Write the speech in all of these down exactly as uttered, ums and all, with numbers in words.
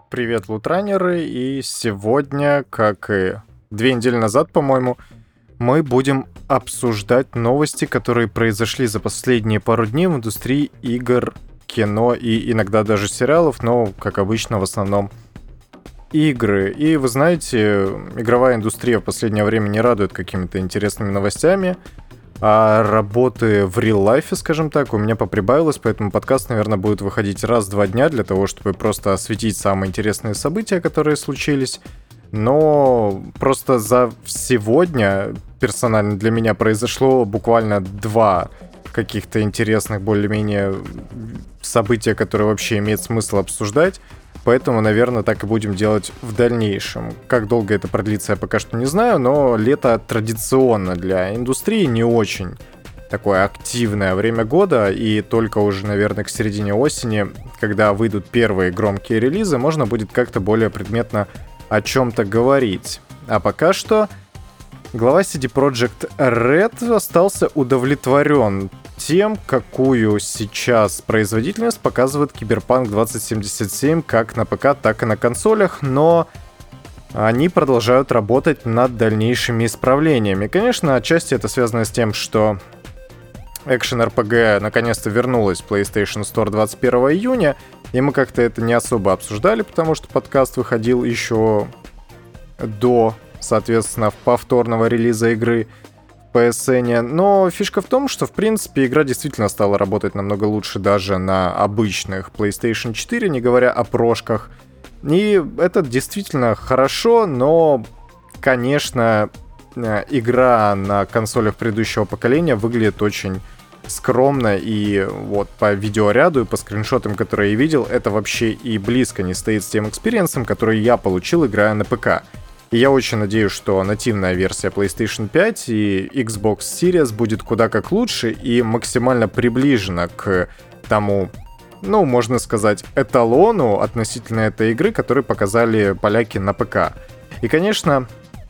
Привет, лутранеры, и сегодня, как и две недели назад, по-моему, мы будем обсуждать новости, которые произошли за последние пару дней в индустрии игр, кино и иногда даже сериалов, но, как обычно, в основном игры. И вы знаете, игровая индустрия в последнее время не радует какими-то интересными новостями, а работы в реал-лайфе, скажем так, у меня поприбавилось, поэтому подкаст, наверное, будет выходить раз в два дня для того, чтобы просто осветить самые интересные события, которые случились. Но просто за сегодня персонально для меня произошло буквально два каких-то интересных более-менее события, которые вообще имеет смысл обсуждать. Поэтому, наверное, так и будем делать в дальнейшем. Как долго это продлится, я пока что не знаю, но лето традиционно для индустрии не очень такое активное время года, и только уже, наверное, к середине осени, когда выйдут первые громкие релизы, можно будет как-то более предметно о чем-то говорить. А пока что глава си ди Projekt Red остался удовлетворен тем, какую сейчас производительность показывает Cyberpunk двадцать семьдесят семь как на ПК, так и на консолях, но они продолжают работать над дальнейшими исправлениями. Конечно, отчасти это связано с тем, что экшен ар пи джи наконец-то вернулась в PlayStation Store двадцать первого июня, и мы как-то это не особо обсуждали, потому что подкаст выходил еще до, соответственно, повторного релиза игры в пи эс эн. Но фишка в том, что, в принципе, игра действительно стала работать намного лучше даже на обычных PlayStation четыре, не говоря о прошках. И это действительно хорошо, но, конечно, игра на консолях предыдущего поколения выглядит очень скромно, и вот по видеоряду и по скриншотам, которые я видел, это вообще и близко не стоит с тем экспириенсом, который я получил, играя на ПК. И я очень надеюсь, что нативная версия PlayStation пять и Xbox Series будет куда как лучше и максимально приближена к тому, ну, можно сказать, эталону относительно этой игры, который показали поляки на ПК. И, конечно,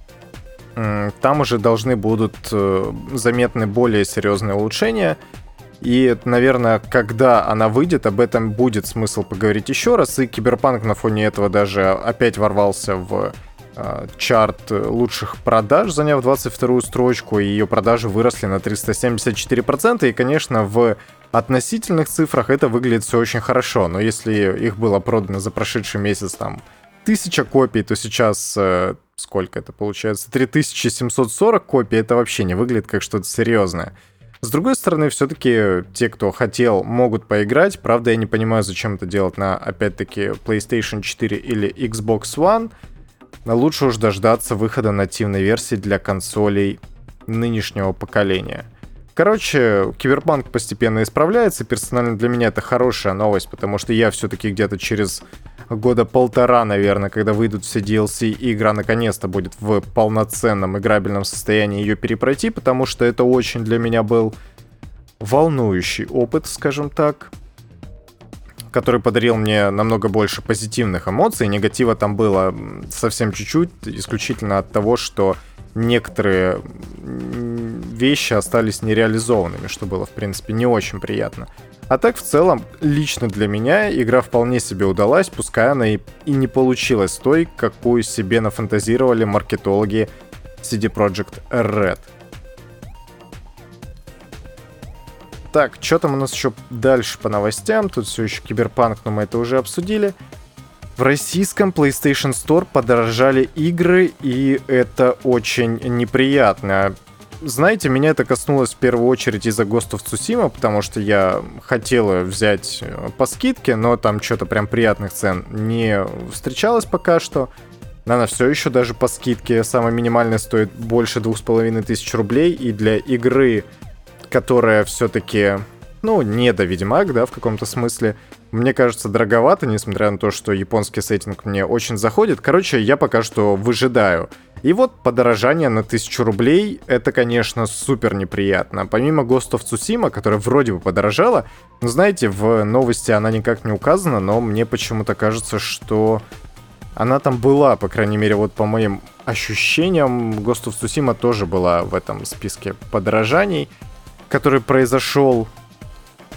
там уже должны будут заметны более серьезные улучшения. И, наверное, когда она выйдет, об этом будет смысл поговорить еще раз. И Cyberpunk на фоне этого даже опять ворвался в чарт лучших продаж, заняв двадцать вторую строчку, и ее продажи выросли на триста семьдесят четыре процента, и, конечно, в относительных цифрах это выглядит все очень хорошо, но если их было продано за прошедший месяц там тысяча копий, то сейчас э, сколько это получается? три тысячи семьсот сорок копий, это вообще не выглядит как что-то серьезное. С другой стороны, все-таки те, кто хотел, могут поиграть, правда, я не понимаю, зачем это делать на, опять-таки, PlayStation четыре или Xbox One. Лучше уж дождаться выхода нативной версии для консолей нынешнего поколения. Короче, Cyberpunk постепенно исправляется. Персонально для меня это хорошая новость, потому что я все-таки где-то через года полтора, наверное, когда выйдут все ди эл си, и игра наконец-то будет в полноценном играбельном состоянии ее перепройти, потому что это очень для меня был волнующий опыт, скажем так, который подарил мне намного больше позитивных эмоций. Негатива там было совсем чуть-чуть, исключительно от того, что некоторые вещи остались нереализованными, что было, в принципе, не очень приятно. А так, в целом, лично для меня игра вполне себе удалась, пускай она и, и не получилась той, какую себе нафантазировали маркетологи си ди Projekt Red. Так, что там у нас еще дальше по новостям? Тут все еще Cyberpunk, но мы это уже обсудили. В российском PlayStation Store подорожали игры, и это очень неприятно. Знаете, меня это коснулось в первую очередь из-за Ghost of Tsushima, потому что я хотел ее взять по скидке, но там что-то прям приятных цен не встречалось пока что. Она все еще даже по скидке, самая минимальная, стоит больше двух с половиной тысяч рублей, и для игры, которая все-таки, ну, не до Ведьмак, да, в каком-то смысле, мне кажется, дороговато, несмотря на то, что японский сеттинг мне очень заходит. Короче, я пока что выжидаю. И вот подорожание на тысячу рублей, это, конечно, супер неприятно. Помимо Ghost of Tsushima, которая вроде бы подорожала, ну, знаете, в новости она никак не указана, но мне почему-то кажется, что она там была, по крайней мере, вот по моим ощущениям, Ghost of Tsushima тоже была в этом списке подорожаний, который произошел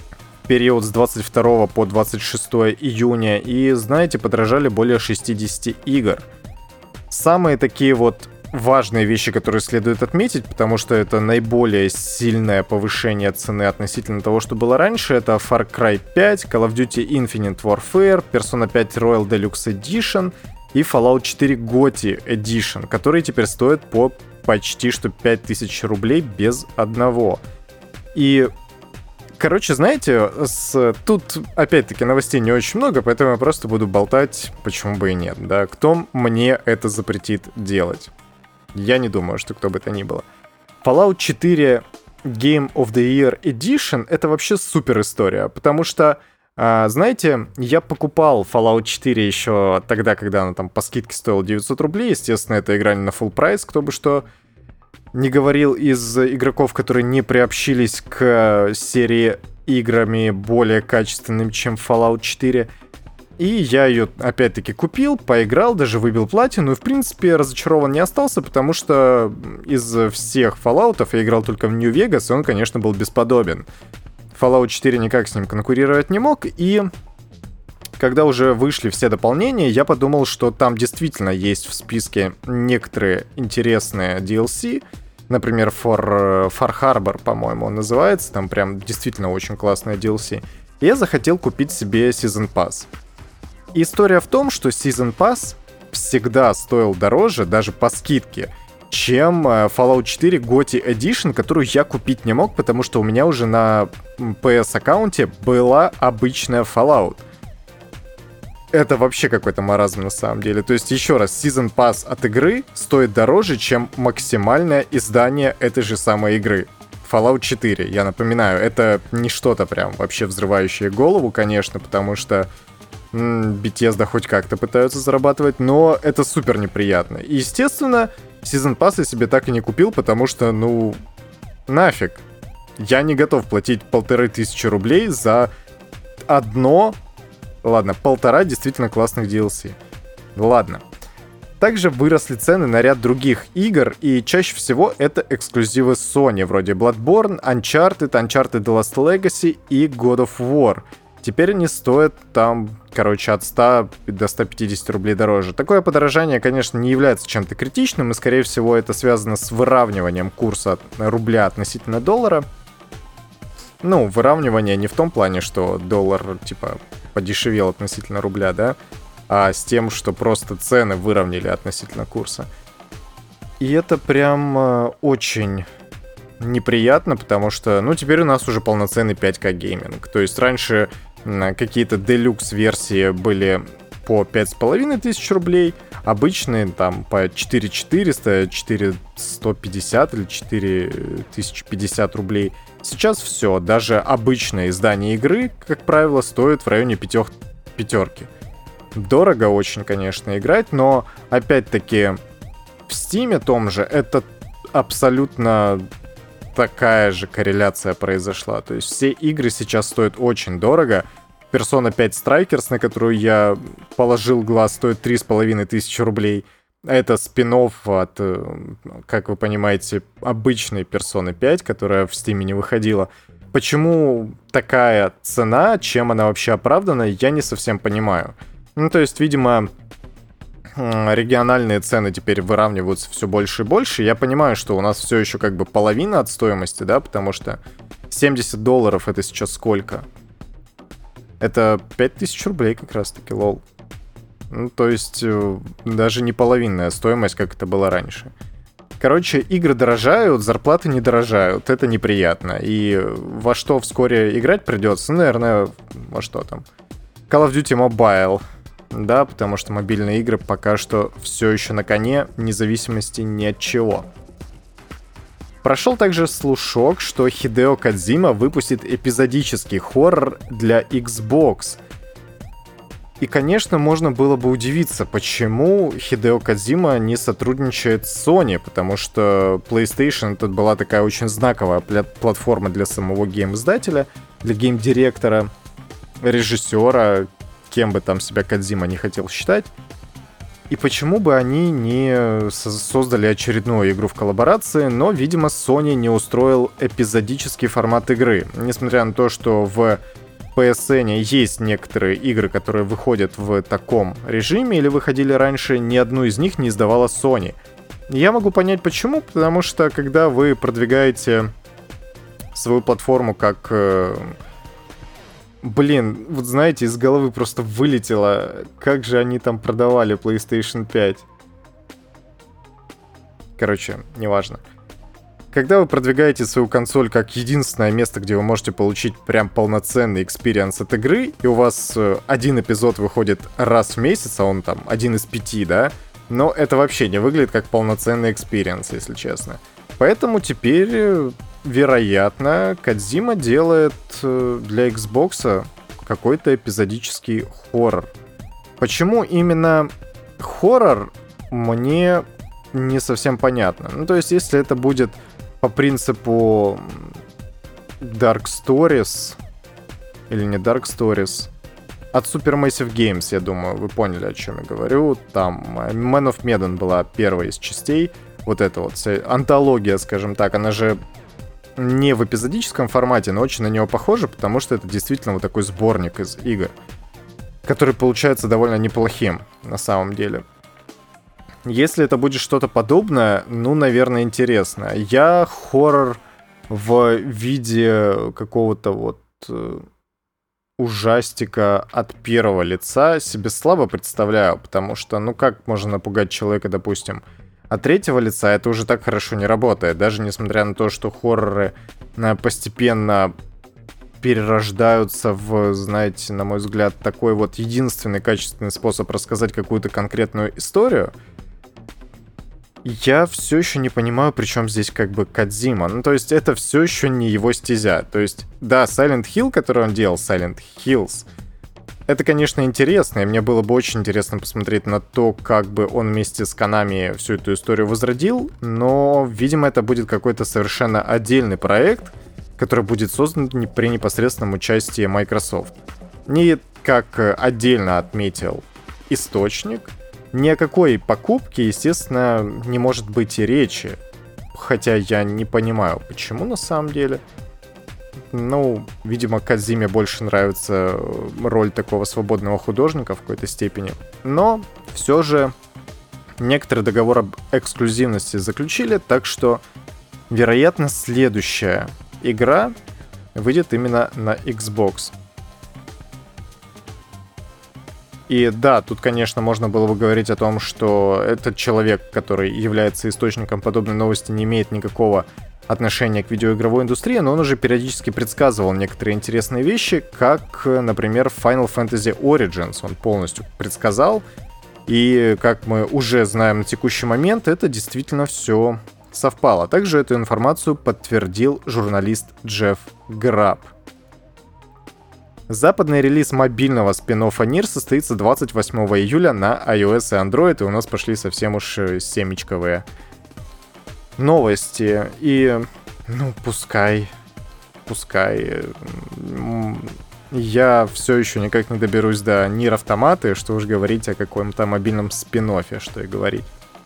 период с двадцать второго по двадцать шестое июня, и, знаете, подорожали более шестьдесят игр. Самые такие вот важные вещи, которые следует отметить, потому что это наиболее сильное повышение цены относительно того, что было раньше, это Far Cry пять, Call of Duty Infinite Warfare, Persona пять Royal Deluxe Edition и Fallout четыре Gotti Edition, которые теперь стоят по почти что пять тысяч рублей без одного. И, короче, знаете, с... тут опять-таки новостей не очень много, поэтому я просто буду болтать, почему бы и нет, да. Кто мне это запретит делать? Я не думаю, что кто бы то ни было. Fallout четыре Game of the Year Edition — это вообще супер история, потому что, а, знаете, я покупал Fallout четыре еще тогда, когда она там по скидке стоила девятьсот рублей. Естественно, это игра не на full прайс, кто бы что не говорил из игроков, которые не приобщились к серии играми более качественным, чем Fallout четыре. И я ее, опять-таки, купил, поиграл, даже выбил платину, и, в принципе, разочарован не остался, потому что из всех Fallout'ов я играл только в New Vegas, и он, конечно, был бесподобен. Fallout четыре никак с ним конкурировать не мог, и когда уже вышли все дополнения, я подумал, что там действительно есть в списке некоторые интересные ди эл си. Например, For, Far Harbor, по-моему, он называется. Там прям действительно очень классная ди эл си. И я захотел купить себе Season Pass. История в том, что Season Pass всегда стоил дороже, даже по скидке, чем Fallout четыре Gotti Edition, которую я купить не мог, потому что у меня уже на пи эс-аккаунте была обычная Fallout. Это вообще какой-то маразм на самом деле. То есть, еще раз, Season Pass от игры стоит дороже, чем максимальное издание этой же самой игры. Fallout четыре, я напоминаю, это не что-то прям вообще взрывающее голову, конечно, потому что м- Bethesda хоть как-то пытаются зарабатывать, но это супер неприятно. И, естественно, Season Pass я себе так и не купил, потому что, ну, нафиг. Я не готов платить полторы тысячи рублей за одно... Ладно, полтора действительно классных ди эл си. Ладно. Также выросли цены на ряд других игр, и чаще всего это эксклюзивы Sony, вроде Bloodborne, Uncharted, Uncharted The Lost Legacy и God of War. Теперь они стоят там, короче, от ста до ста пятидесяти рублей дороже. Такое подорожание, конечно, не является чем-то критичным, и, скорее всего, это связано с выравниванием курса рубля относительно доллара. Ну, выравнивание не в том плане, что доллар, типа, подешевел относительно рубля, да, а с тем, что просто цены выровняли относительно курса. И это прям э, очень неприятно, потому что, ну, теперь у нас уже полноценный пять ка гейминг. То есть раньше э, какие-то делюкс-версии были по пять с половиной тысяч рублей, обычные там по четыре тысячи четыреста, четыре тысячи сто пятьдесят или четыре тысячи пятьдесят рублей. Сейчас все, даже обычное издание игры, как правило, стоит в районе пятёх, пятерки. Дорого очень, конечно, играть, но, опять-таки, в Steam том же это абсолютно такая же корреляция произошла. То есть все игры сейчас стоят очень дорого. Persona пять Strikers, на которую я положил глаз, стоит три с половиной тысячи рублей. Это спин-офф от, как вы понимаете, обычной Persona пять, которая в Steam не выходила. Почему такая цена, чем она вообще оправдана, я не совсем понимаю. Ну, то есть, видимо, региональные цены теперь выравниваются все больше и больше. Я понимаю, что у нас все еще как бы половина от стоимости, да, потому что семьдесят долларов это сейчас сколько? Это пять тысяч рублей как раз-таки, лол. Ну, то есть, даже не половинная стоимость, как это было раньше. Короче, игры дорожают, зарплаты не дорожают. Это неприятно. И во что вскоре играть придется? Наверное, во что там? Call of Duty Mobile. Да, потому что мобильные игры пока что все еще на коне, независимости ни от чего. Прошел также слушок, что Хидео Кодзима выпустит эпизодический хоррор для Xbox. И, конечно, можно было бы удивиться, почему Хидео Кодзима не сотрудничает с Sony, потому что PlayStation тут была такая очень знаковая пля- платформа для самого гейм-издателя, для гейм-директора, режиссера, кем бы там себя Кодзима не хотел считать. И почему бы они не создали очередную игру в коллаборации, но, видимо, Sony не устроил эпизодический формат игры. Несмотря на то, что в пи эс эн есть некоторые игры, которые выходят в таком режиме или выходили раньше, ни одну из них не издавала Sony. Я могу понять почему, потому что когда вы продвигаете свою платформу как... Э, блин, вот знаете, из головы просто вылетело, как же они там продавали PlayStation пять. Короче, неважно. Когда вы продвигаете свою консоль как единственное место, где вы можете получить прям полноценный экспириенс от игры, и у вас один эпизод выходит раз в месяц, а он там один из пяти, да? Но это вообще не выглядит как полноценный экспириенс, если честно. Поэтому теперь, вероятно, Кодзима делает для Xbox какой-то эпизодический хоррор. Почему именно хоррор, мне не совсем понятно. Ну, то есть, если это будет по принципу Dark Stories, или не Dark Stories, от Supermassive Games, я думаю, вы поняли, о чем я говорю. Там Man of Medan была первой из частей. Вот эта вот антология, скажем так, она же не в эпизодическом формате, но очень на него похожа, потому что это действительно вот такой сборник из игр, который получается довольно неплохим на самом деле. Если это будет что-то подобное, ну, наверное, интересно. Я хоррор в виде какого-то вот э, ужастика от первого лица себе слабо представляю, потому что, ну, как можно напугать человека, допустим, от третьего лица? Это уже так хорошо не работает, даже несмотря на то, что хорроры э, постепенно перерождаются в, знаете, на мой взгляд, такой вот единственный качественный способ рассказать какую-то конкретную историю. Я все еще не понимаю, при чем здесь как бы Кодзима. Ну, то есть это все еще не его стезя. То есть, да, Silent Hill, который он делал, Silent Hills, это, конечно, интересно, и мне было бы очень интересно посмотреть на то, как бы он вместе с Konami всю эту историю возродил, но, видимо, это будет какой-то совершенно отдельный проект, который будет создан при непосредственном участии Microsoft. Не как отдельно отметил источник, ни о какой покупке, естественно, не может быть и речи. Хотя я не понимаю, почему на самом деле. Ну, видимо, Кодзиме больше нравится роль такого свободного художника в какой-то степени. Но все же некоторый договор об эксклюзивности заключили, так что, вероятно, следующая игра выйдет именно на Xbox. И да, тут, конечно, можно было бы говорить о том, что этот человек, который является источником подобной новости, не имеет никакого отношения к видеоигровой индустрии, но он уже периодически предсказывал некоторые интересные вещи, как, например, Final Fantasy Origins он полностью предсказал. И, как мы уже знаем на текущий момент, это действительно все совпало. Также эту информацию подтвердил журналист Джефф Граб. Западный релиз мобильного спин-оффа Нир состоится двадцать восьмого июля на iOS и Android, и у нас пошли совсем уж семечковые новости. И, ну, пускай, пускай. Я все еще никак не доберусь до Нир Автоматы, что уж говорить о каком-то мобильном спин-оффе, что и говорить.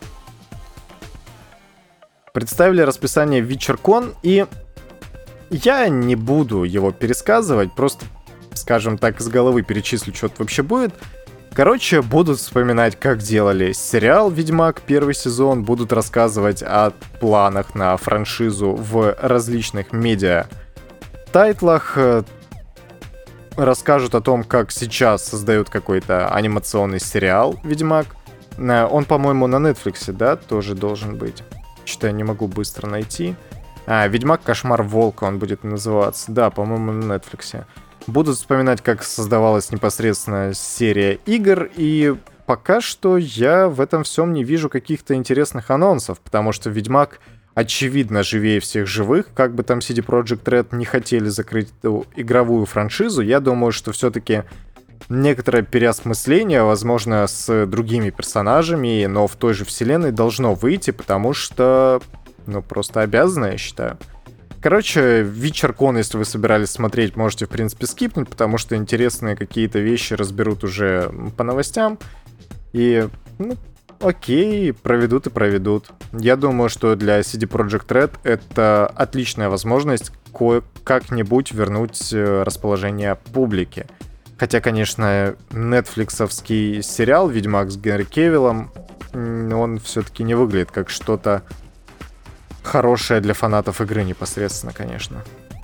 Представили расписание WitcherCon, и я не буду его пересказывать, просто, скажем так, из головы перечислю, что это вообще будет. Короче, будут вспоминать, как делали сериал «Ведьмак» первый сезон, будут рассказывать о планах на франшизу в различных медиа-тайтлах, расскажут о том, как сейчас создают какой-то анимационный сериал «Ведьмак». Он, по-моему, на Netflix, да, тоже должен быть. Что-то я не могу быстро найти. А, «Ведьмак. Кошмар волка» он будет называться. Да, по-моему, на Netflix. Будут вспоминать, как создавалась непосредственно серия игр, и пока что я в этом всем не вижу каких-то интересных анонсов, потому что «Ведьмак» очевидно живее всех живых, как бы там си ди Projekt Red не хотели закрыть эту игровую франшизу, я думаю, что все-таки некоторое переосмысление, возможно, с другими персонажами, но в той же вселенной должно выйти, потому что, ну, просто обязано, я считаю. Короче, WitcherCon, если вы собирались смотреть, можете, в принципе, скипнуть, потому что интересные какие-то вещи разберут уже по новостям. И, ну, окей, проведут и проведут. Я думаю, что для си ди Projekt Red это отличная возможность кое- как-нибудь вернуть расположение публики. Хотя, конечно, нетфликсовский сериал «Ведьмак» с Генри Кевиллом, он все-таки не выглядит как что-то хорошее для фанатов игры непосредственно, конечно.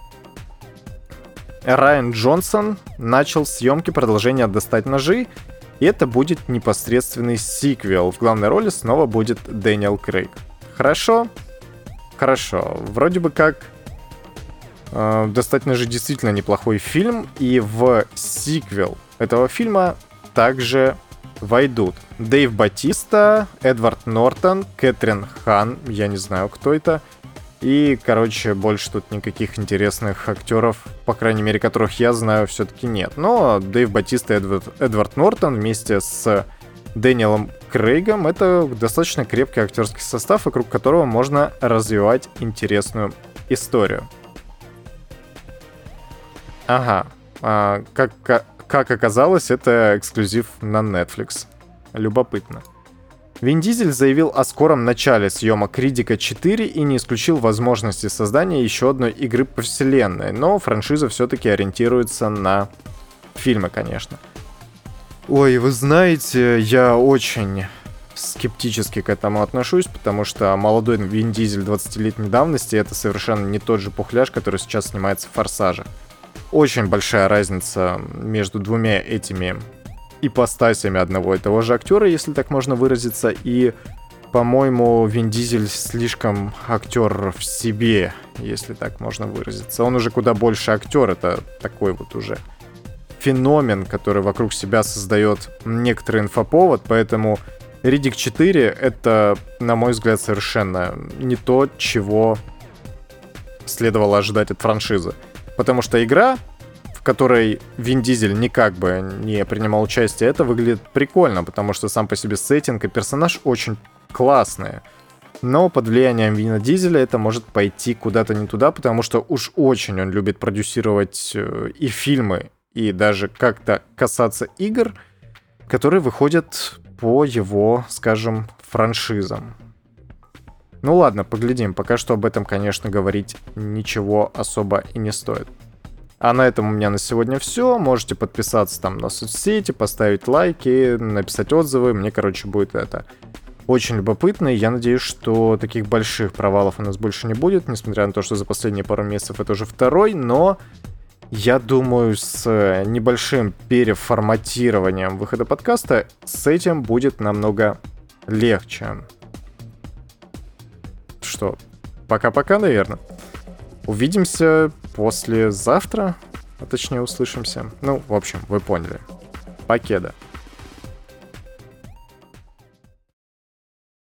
Райан Джонсон начал съемки продолжения «Достать ножи», и это будет непосредственный сиквел. В главной роли снова будет Дэниел Крейг. Хорошо? Хорошо. Вроде бы как э, «Достать ножи» действительно неплохой фильм, и в сиквел этого фильма также войдут Дэйв Батиста, Эдвард Нортон, Кэтрин Хан, я не знаю, кто это. И, короче, больше тут никаких интересных актеров, по крайней мере, которых я знаю, все-таки нет. Но Дэйв Батиста и Эдвард, Эдвард Нортон вместе с Дэниелом Крейгом — это достаточно крепкий актерский состав, вокруг которого можно развивать интересную историю. Ага, а, как, как оказалось, это эксклюзив на Netflix. Любопытно. Вин Дизель заявил о скором начале съемок Риддика четыре и не исключил возможности создания еще одной игры по вселенной, но франшиза все-таки ориентируется на фильмы, конечно. Ой, вы знаете, я очень скептически к этому отношусь, потому что молодой Вин Дизель двадцатилетней давности — это совершенно не тот же пухляж, который сейчас снимается в «Форсаже». Очень большая разница между двумя этими ипостасями одного и того же актера, если так можно выразиться, и, по-моему, Вин Дизель слишком актер в себе, если так можно выразиться. Он уже куда больше актер, это такой вот уже феномен, который вокруг себя создает некоторый инфоповод, поэтому Риддик четыре — это, на мой взгляд, совершенно не то, чего следовало ожидать от франшизы. Потому что игра, в которой Вин Дизель никак бы не принимал участие, это выглядит прикольно, потому что сам по себе сеттинг и персонаж очень классные. Но под влиянием Вина Дизеля это может пойти куда-то не туда, потому что уж очень он любит продюсировать и фильмы, и даже как-то касаться игр, которые выходят по его, скажем, франшизам. Ну ладно, поглядим. Пока что об этом, конечно, говорить ничего особо и не стоит. А на этом у меня на сегодня все. Можете подписаться там на соцсети, поставить лайки, написать отзывы. Мне, короче, будет это очень любопытно. И я надеюсь, что таких больших провалов у нас больше не будет, несмотря на то, что за последние пару месяцев это уже второй. Но я думаю, с небольшим переформатированием выхода подкаста с этим будет намного легче. Что, пока-пока, наверное. Увидимся послезавтра, а точнее услышимся. Ну, в общем, вы поняли. Покеда.